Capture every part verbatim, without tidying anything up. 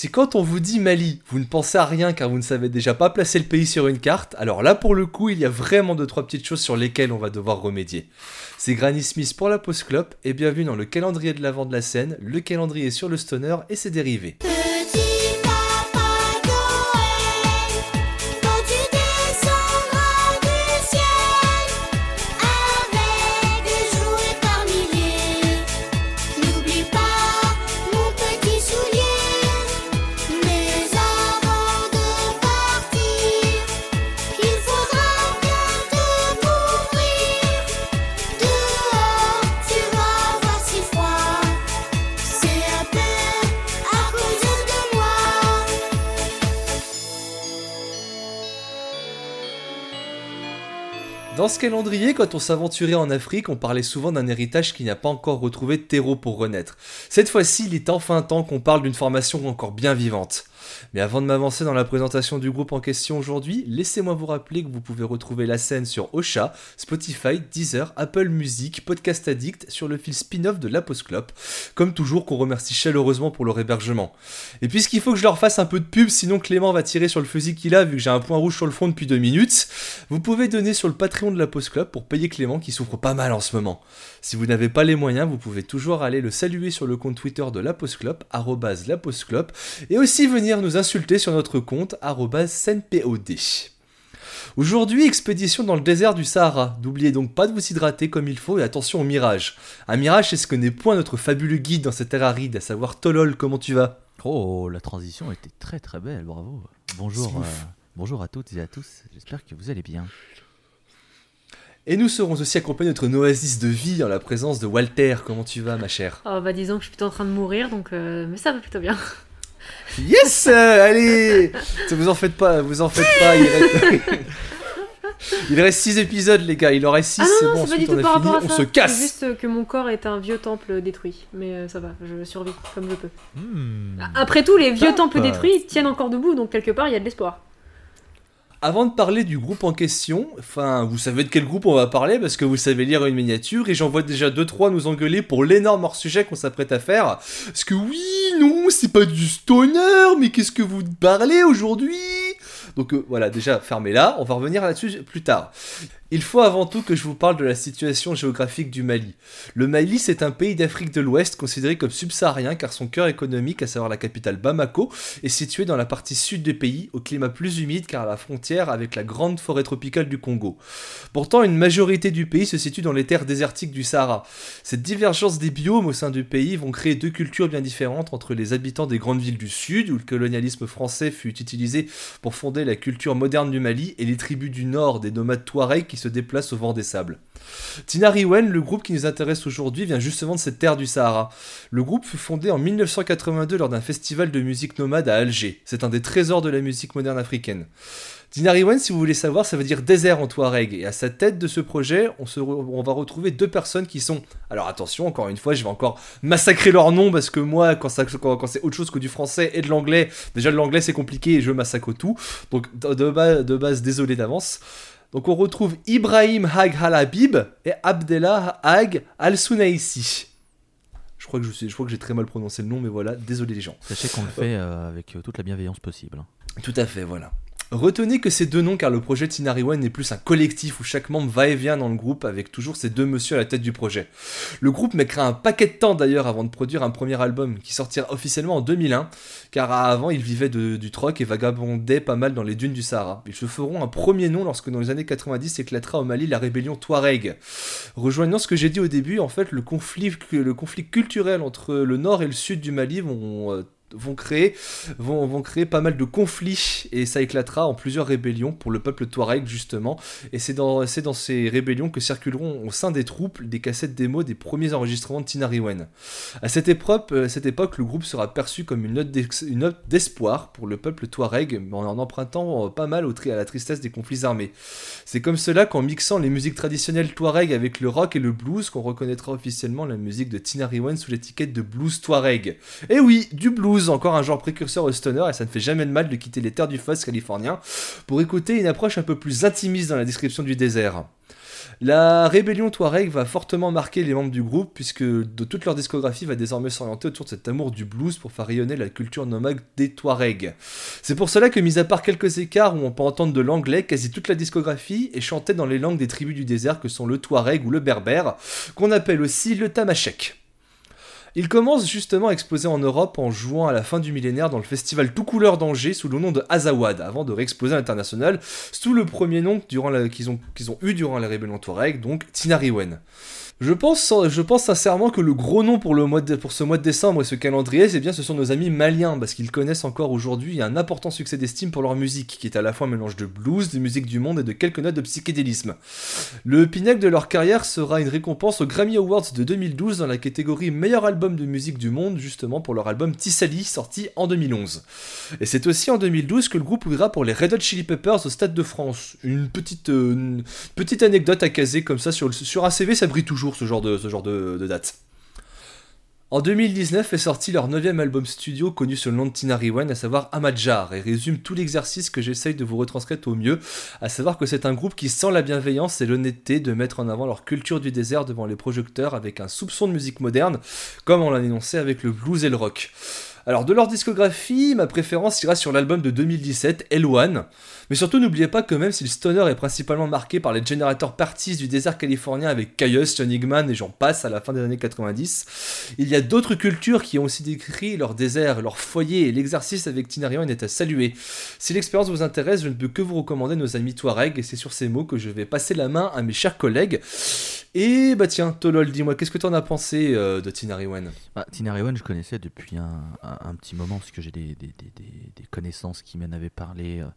Si quand on vous dit Mali, vous ne pensez à rien car vous ne savez déjà pas placer le pays sur une carte, alors là pour le coup il y a vraiment deux trois petites choses sur lesquelles on va devoir remédier. C'est Granny Smith pour la pause clope et bienvenue dans le calendrier de l'avant de la scène, le calendrier sur le stoner et ses dérivés. Dans ce calendrier, quand on s'aventurait en Afrique, on parlait souvent d'un héritage qui n'a pas encore retrouvé de terreau pour renaître. Cette fois-ci, il est enfin temps qu'on parle d'une formation encore bien vivante. Mais avant de m'avancer dans la présentation du groupe en question aujourd'hui, laissez-moi vous rappeler que vous pouvez retrouver la scène sur Ocha, Spotify, Deezer, Apple Music, Podcast Addict, sur le fil spin-off de la pause clope. Comme toujours, qu'on remercie chaleureusement pour leur hébergement. Et puisqu'il faut que je leur fasse un peu de pub, sinon Clément va tirer sur le fusil qu'il a vu que j'ai un point rouge sur le front depuis deux minutes, vous pouvez donner sur le Patreon de la pause clope pour payer Clément qui souffre pas mal en ce moment. Si vous n'avez pas les moyens, vous pouvez toujours aller le saluer sur le compte Twitter de la pause clope, arobase la pause clope, et aussi venir nous insulter sur notre compte arobase senpod. Aujourd'hui, expédition dans le désert du Sahara. N'oubliez donc pas de vous hydrater comme il faut et attention au mirage. Un mirage, c'est ce que n'est point notre fabuleux guide dans cette terre aride, à savoir Tolol. Comment tu vas ? Oh, la transition était très très belle, bravo. Bonjour, euh, bonjour à toutes et à tous, j'espère que vous allez bien. Et nous serons aussi accompagnés de notre oasis de vie en la présence de Walter. Comment tu vas, ma chère ? Oh bah disons que je suis plutôt en train de mourir, donc euh... mais ça va plutôt bien. Yes, euh, allez, vous en faites pas, vous en faites pas. Il reste, il reste six épisodes, les gars. Il en reste six, ah non, c'est non, bon. C'est ensuite pas du tout on a par fini, rapport à on ça. se casse. C'est juste que mon corps est un vieux temple détruit, mais euh, ça va, je survis comme je peux. Mmh. Après tout, les vieux Top. temples détruits tiennent encore debout, donc quelque part il y a de l'espoir. Avant de parler du groupe en question, enfin, vous savez de quel groupe on va parler parce que vous savez lire une miniature et j'en vois déjà deux trois nous engueuler pour l'énorme hors-sujet qu'on s'apprête à faire. Parce que oui, non, c'est pas du stoner, mais qu'est-ce que vous parlez aujourd'hui ? Donc euh, voilà, déjà fermez-la, on va revenir là-dessus plus tard. Il faut avant tout que je vous parle de la situation géographique du Mali. Le Mali, c'est un pays d'Afrique de l'Ouest considéré comme subsaharien car son cœur économique, à savoir la capitale Bamako, est situé dans la partie sud du pays, au climat plus humide car à la frontière avec la grande forêt tropicale du Congo. Pourtant, une majorité du pays se situe dans les terres désertiques du Sahara. Cette divergence des biomes au sein du pays vont créer deux cultures bien différentes entre les habitants des grandes villes du sud, où le colonialisme français fut utilisé pour fonder la culture moderne du Mali, et les tribus du nord, des nomades Touaregs qui se déplacent au vent des sables. Tinariwen, le groupe qui nous intéresse aujourd'hui, vient justement de cette terre du Sahara. Le groupe fut fondé en dix-neuf cent quatre-vingt-deux lors d'un festival de musique nomade à Alger. C'est un des trésors de la musique moderne africaine. Tinariwen, si vous voulez savoir, ça veut dire désert en Touareg. Et à sa tête de ce projet, on, se re- on va retrouver deux personnes qui sont... Alors attention, encore une fois, je vais encore massacrer leur nom parce que moi, quand, ça, quand, quand c'est autre chose que du français et de l'anglais, déjà l'anglais c'est compliqué et je massacre tout. Donc de, de, base, de base, désolé d'avance. Donc on retrouve Ibrahim Hag Al-Habib et Abdellah Hag Al-Sunaisi. Je crois que je sais, je crois que j'ai très mal prononcé le nom, mais voilà, désolé les gens. Sachez qu'on le fait euh, avec euh, toute la bienveillance possible. Tout à fait, voilà. Retenez que ces deux noms car le projet Tinariwen n'est plus un collectif où chaque membre va et vient dans le groupe avec toujours ces deux messieurs à la tête du projet. Le groupe mettra un paquet de temps d'ailleurs avant de produire un premier album qui sortira officiellement en deux mille un car avant ils vivaient de, du troc et vagabondaient pas mal dans les dunes du Sahara. Ils se feront un premier nom lorsque dans les années quatre-vingt-dix éclatera au Mali la rébellion Touareg. Rejoignant ce que j'ai dit au début, en fait le conflit, le conflit culturel entre le nord et le sud du Mali vont... Euh, vont créer, vont, vont créer pas mal de conflits et ça éclatera en plusieurs rébellions pour le peuple Touareg justement, et c'est dans, c'est dans ces rébellions que circuleront au sein des troupes des cassettes démos des premiers enregistrements de Tinariwen. À cette époque, à cette époque le groupe sera perçu comme une note, une note d'espoir pour le peuple Touareg en, en empruntant pas mal au tri- à la tristesse des conflits armés. C'est comme cela qu'en mixant les musiques traditionnelles Touareg avec le rock et le blues qu'on reconnaîtra officiellement la musique de Tinariwen sous l'étiquette de blues Touareg. Et oui, du blues, encore un genre précurseur au stoner, et ça ne fait jamais de mal de quitter les terres du Foss californien pour écouter une approche un peu plus intimiste dans la description du désert. La rébellion Touareg va fortement marquer les membres du groupe, puisque de toute leur discographie va désormais s'orienter autour de cet amour du blues pour faire rayonner la culture nomade des Touaregs. C'est pour cela que, mis à part quelques écarts où on peut entendre de l'anglais, quasi toute la discographie est chantée dans les langues des tribus du désert que sont le Touareg ou le Berbère, qu'on appelle aussi le Tamashek. Il commence justement à exploser en Europe en jouant à la fin du millénaire dans le festival Tout Couleur d'Angers sous le nom de Azawad, avant de réexploser à l'international sous le premier nom durant la- qu'ils ont, qu'ils ont eu durant la rébellion Touareg, donc Tinariwen. Je pense, je pense sincèrement que le gros nom pour, le mois de- pour ce mois de décembre et ce calendrier, c'est bien ce sont nos amis maliens, parce qu'ils connaissent encore aujourd'hui un important succès d'estime pour leur musique, qui est à la fois un mélange de blues, de musique du monde et de quelques notes de psychédélisme. Le pinacle de leur carrière sera une récompense aux Grammy Awards de deux mille douze dans la catégorie meilleur album de musique du monde, justement pour leur album Tisali, sorti en deux mille onze. Et c'est aussi en deux mille douze que le groupe ouvrira pour les Red Hot Chili Peppers au Stade de France. Une petite, euh, une petite anecdote à caser comme ça sur, le- sur un C V, ça brille toujours ce genre de, ce genre de, de date. En deux mille dix-neuf est sorti leur neuvième album studio connu sous le nom de Tinariwen, à savoir Amadjar, et résume tout l'exercice que j'essaye de vous retransmettre au mieux, à savoir que c'est un groupe qui sent la bienveillance et l'honnêteté de mettre en avant leur culture du désert devant les projecteurs avec un soupçon de musique moderne, comme on l'a énoncé avec le blues et le rock. Alors de leur discographie, ma préférence ira sur l'album de deux mille dix-sept, L un, mais surtout n'oubliez pas que même si le stoner est principalement marqué par les Generator Parties du désert californien avec Caius, John Higman et j'en passe à la fin des années quatre-vingt-dix, il y a d'autres cultures qui ont aussi décrit leur désert, leur foyer et l'exercice avec Tinariwen est à saluer. Si l'expérience vous intéresse, je ne peux que vous recommander nos amis Touareg et c'est sur ces mots que je vais passer la main à mes chers collègues. Et bah tiens, Tolol, dis-moi, qu'est-ce que t'en as pensé euh, de Tinariwen ? Bah, Tinariwen, je connaissais depuis un, un, un petit moment, parce que j'ai des, des, des, des, des connaissances qui m'en avaient parlé. euh,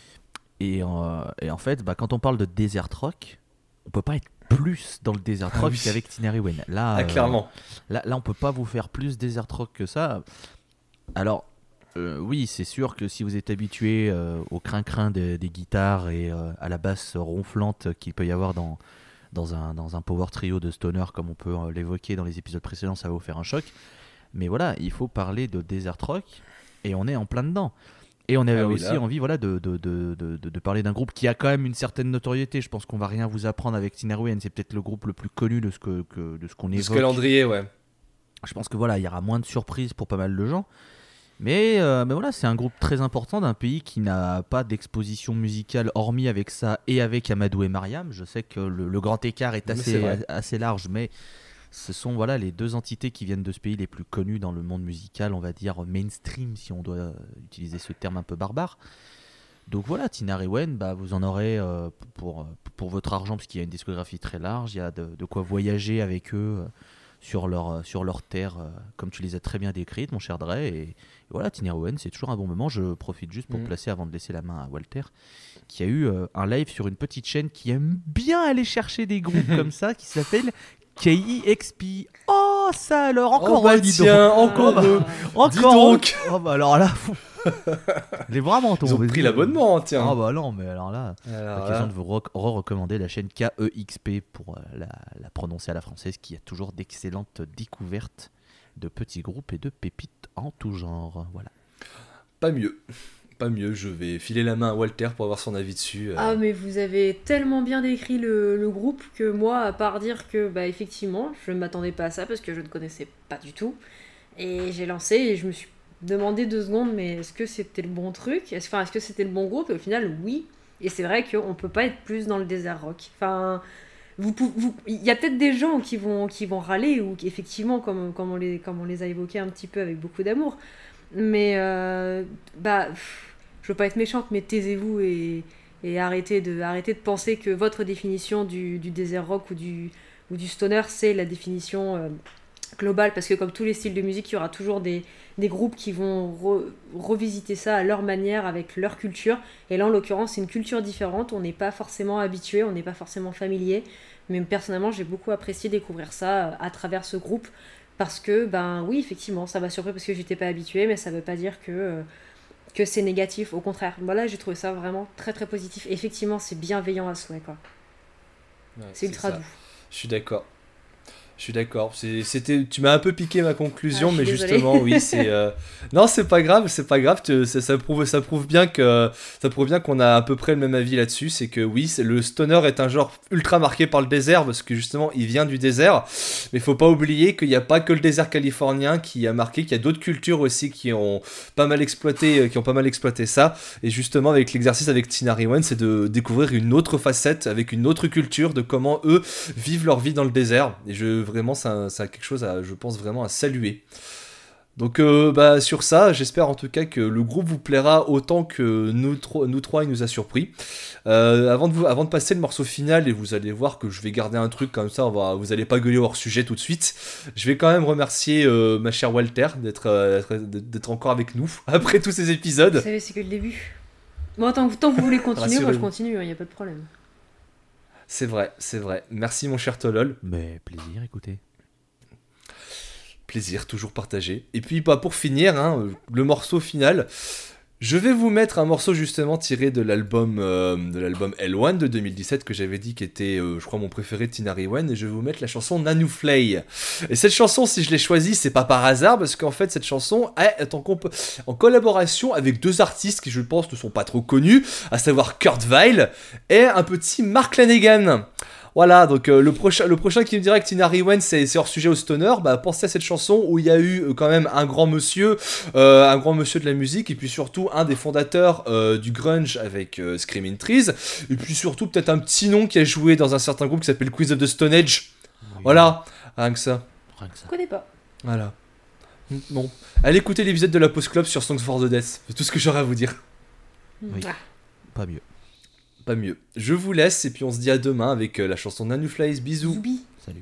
Et, euh, et en fait, bah, quand on parle de desert rock, on peut pas être plus dans le desert Ah rock oui. qu'avec Tinariwen. Là, Ah euh, clairement. là, là, on peut pas vous faire plus desert rock que ça. Alors, euh, oui, c'est sûr que si vous êtes habitué euh, au crin-crin des, des guitares et euh, à la basse ronflante qu'il peut y avoir dans, dans, un, dans un power trio de stoner, comme on peut euh, l'évoquer dans les épisodes précédents, ça va vous faire un choc. Mais voilà, il faut parler de desert rock et on est en plein dedans. Et on avait Ah oui, aussi là. envie voilà, de, de, de, de, de- de parler d'un groupe qui a quand même une certaine notoriété. Je pense qu'on va rien vous apprendre avec Tinariwen. C'est peut-être le groupe le plus connu de ce, que, que- de ce qu'on De ce évoque. calendrier, ouais. Je pense que voilà, il y aura moins de surprises pour pas mal de gens. Mais, euh, mais voilà, c'est un groupe très important d'un pays qui n'a pas d'exposition musicale hormis avec ça et avec Amadou et Mariam. Je sais que le, le grand écart est Mais assez, c'est vrai. assez large, mais ce sont voilà, les deux entités qui viennent de ce pays les plus connues dans le monde musical, on va dire mainstream, si on doit euh, utiliser ce terme un peu barbare. Donc voilà, Tinariwen, bah, vous en aurez euh, pour, pour votre argent, parce qu'il y a une discographie très large, il y a de, de quoi voyager avec eux euh, sur, leur, sur leur terre, euh, comme tu les as très bien décrites, mon cher Dre. Et, et voilà, Tinariwen, c'est toujours un bon moment. Je profite juste pour Mhm. placer, avant de laisser la main à Walter, qui a eu euh, un live sur une petite chaîne qui aime bien aller chercher des groupes comme ça, qui s'appelle K I X P. Oh, ça alors, encore oh bah un, dis donc. tiens, encore Ah. eux. Encore dis donc. un. Oh bah alors là, les bras m'en Ils ont tombent. pris l'abonnement, tiens. Ah bah non, mais alors là, Alors l'occasion là. de vous re- re-recommander la chaîne K E X P pour euh, la, la prononcer à la française, qui a toujours d'excellentes découvertes de petits groupes et de pépites en tout genre. Voilà. Pas mieux. Pas mieux, je vais filer la main à Walter pour avoir son avis dessus. euh. Ah mais vous avez tellement bien décrit le, le groupe que moi, à part dire que bah effectivement, je ne m'attendais pas à ça parce que je ne connaissais pas du tout. Et j'ai lancé et je me suis demandé deux secondes, mais est-ce que c'était le bon truc? Est-ce, enfin, est-ce que c'était le bon groupe? Et au final, oui. Et c'est vrai qu'on peut pas être plus dans le désert rock. Enfin, vous, pou- vous, il y a peut-être des gens qui vont, qui vont râler ou qui, effectivement, comme, comme, on les, comme on les a évoqués un petit peu avec beaucoup d'amour. Mais euh, bah, pff, je veux pas être méchante, mais taisez-vous et, et arrêtez de, arrêtez de penser que votre définition du, du désert rock ou du, ou du stoner, c'est la définition euh, globale, parce que comme tous les styles de musique, il y aura toujours des, des groupes qui vont re- revisiter ça à leur manière, avec leur culture. Et là, en l'occurrence, c'est une culture différente, on n'est pas forcément habitué, on n'est pas forcément familier. Mais personnellement, j'ai beaucoup apprécié découvrir ça à travers ce groupe. Parce que, ben oui, effectivement, ça m'a surpris parce que j'étais pas habituée, mais ça veut pas dire que, euh, que c'est négatif. Au contraire, voilà, j'ai trouvé ça vraiment très très positif. Et effectivement, c'est bienveillant à souhait, quoi. Ouais, C'est ultra ça. doux. Je suis d'accord. Je suis d'accord. C'est, c'était, tu m'as un peu piqué ma conclusion, Ah, je mais suis justement, oui, c'est. euh, Non, c'est pas grave, c'est pas grave. tu- Ça, ça prouve, ça prouve bien que, ça prouve bien qu'on a à peu près le même avis là-dessus. C'est que oui, c'est, le stoner est un genre ultra marqué par le désert parce que justement, il vient du désert. Mais faut pas oublier qu'il n'y a pas que le désert californien qui a marqué, qu'il y a d'autres cultures aussi qui ont pas mal exploité, euh, qui ont pas mal exploité ça. Et justement, avec l'exercice avec Tinari One, c'est de découvrir une autre facette avec une autre culture de comment eux vivent leur vie dans le désert. Et je vraiment, ça, ça a quelque chose à, je pense vraiment à saluer. Donc euh, bah, sur ça, j'espère en tout cas que le groupe vous plaira autant que nous, tro- nous trois, il nous a surpris. Euh, avant, de vous, avant de passer le morceau final, et vous allez voir que je vais garder un truc comme ça, on va, vous allez pas gueuler hors sujet tout de suite. Je vais quand même remercier euh, ma chère Walter d'être, euh, d'être encore avec nous après tous ces Vous épisodes. savez, c'est que le début. Bon, tant que, tant que vous voulez continuer, moi je Rassurez-vous. continue, il n'y a pas de problème. C'est vrai, c'est vrai. Merci mon cher Tolol. Mais plaisir, écoutez. Plaisir, toujours partagé. Et puis bah, pour finir, hein, le morceau final, je vais vous mettre un morceau justement tiré de l'album, euh, de l'album L un de deux mille dix-sept que j'avais dit qui était, euh, je crois, mon préféré de Tinari One, et je vais vous mettre la chanson Nanu Flay. Et cette chanson, si je l'ai choisie, c'est pas par hasard, parce qu'en fait, cette chanson est en, comp- en collaboration avec deux artistes qui, je pense, ne sont pas trop connus, à savoir Kurt Weill et un petit Mark Lanegan. Voilà, donc euh, le, prochain, le prochain qui me dirait que Tinari One c'est, c'est hors sujet au stoner, bah pensez à cette chanson où il y a eu euh, quand même un grand monsieur, euh, un grand monsieur de la musique, et puis surtout un des fondateurs euh, du grunge avec euh, Screaming Trees, et puis surtout peut-être un petit nom qui a joué dans un certain groupe qui s'appelle Queens of the Stone Age. Oui, Voilà, rien que ça. rien que ça. Je connais pas. Voilà. Bon, allez écouter l'épisode de la Post Club sur Songs for the Death, c'est tout ce que j'aurais à vous dire. Oui. Ah. Pas mieux. Pas mieux. Je vous laisse, et puis on se dit à demain avec euh, la chanson Nanu Flies. Bisous. Zoubi. Salut.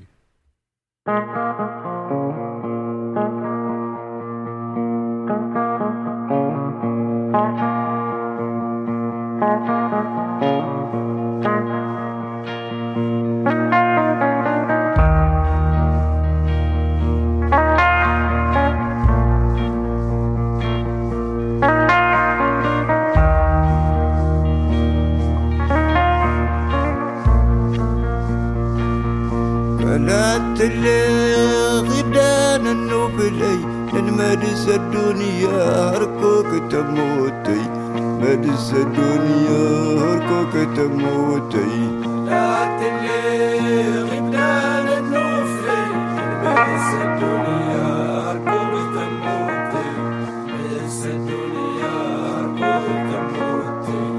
قلعت اللي غدان النوبلي لن مدس الدنيا هركوك تموتي مدس الدنيا هركوك تموتي قلعت اللي غدان النوبلي لن مدس الدنيا هركوك تموتي مدس الدنيا هركوك تموتي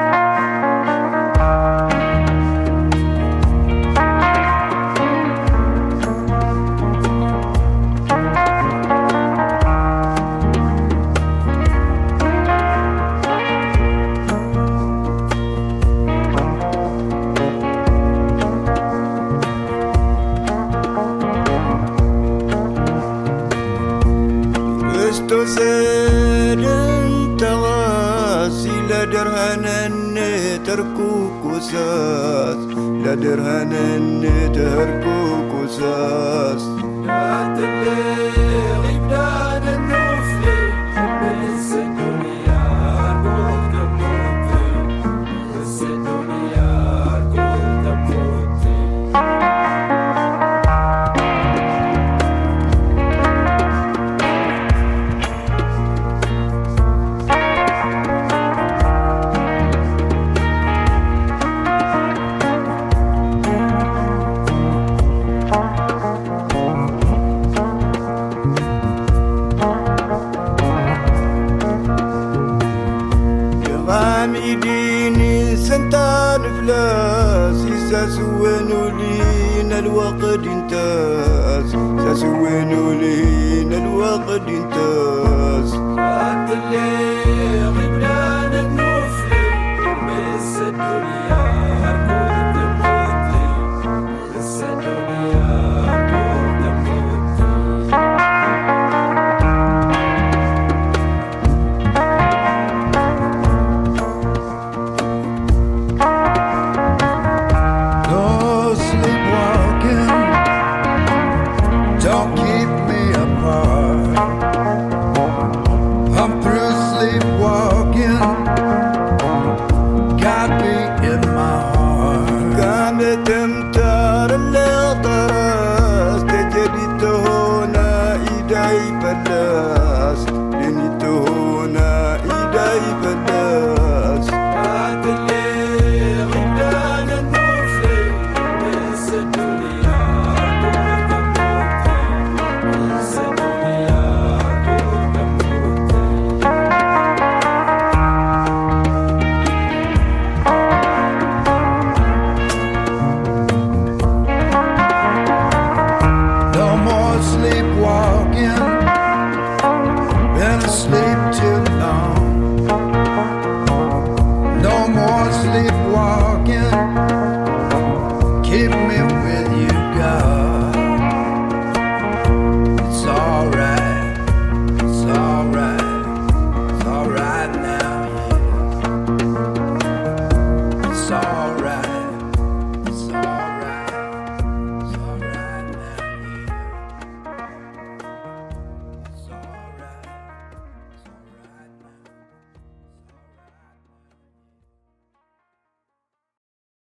سيدن تواسي لا درهنن تركوك وساس لا درهنن تركوك وساس لا تبلغ إبدان النفلي بس الدنيا كنت موتي بس الدنيا كنت موتي ديني سنتان فلاس ساسوينو لينا الوقت انتاز ساسوينو لينا الوقت انتاز ساعات اللي غبران النفلي بس الدنيا كنت موتي بس الدنيا كنت موتي Don't keep me apart. I'm through sleepwalking.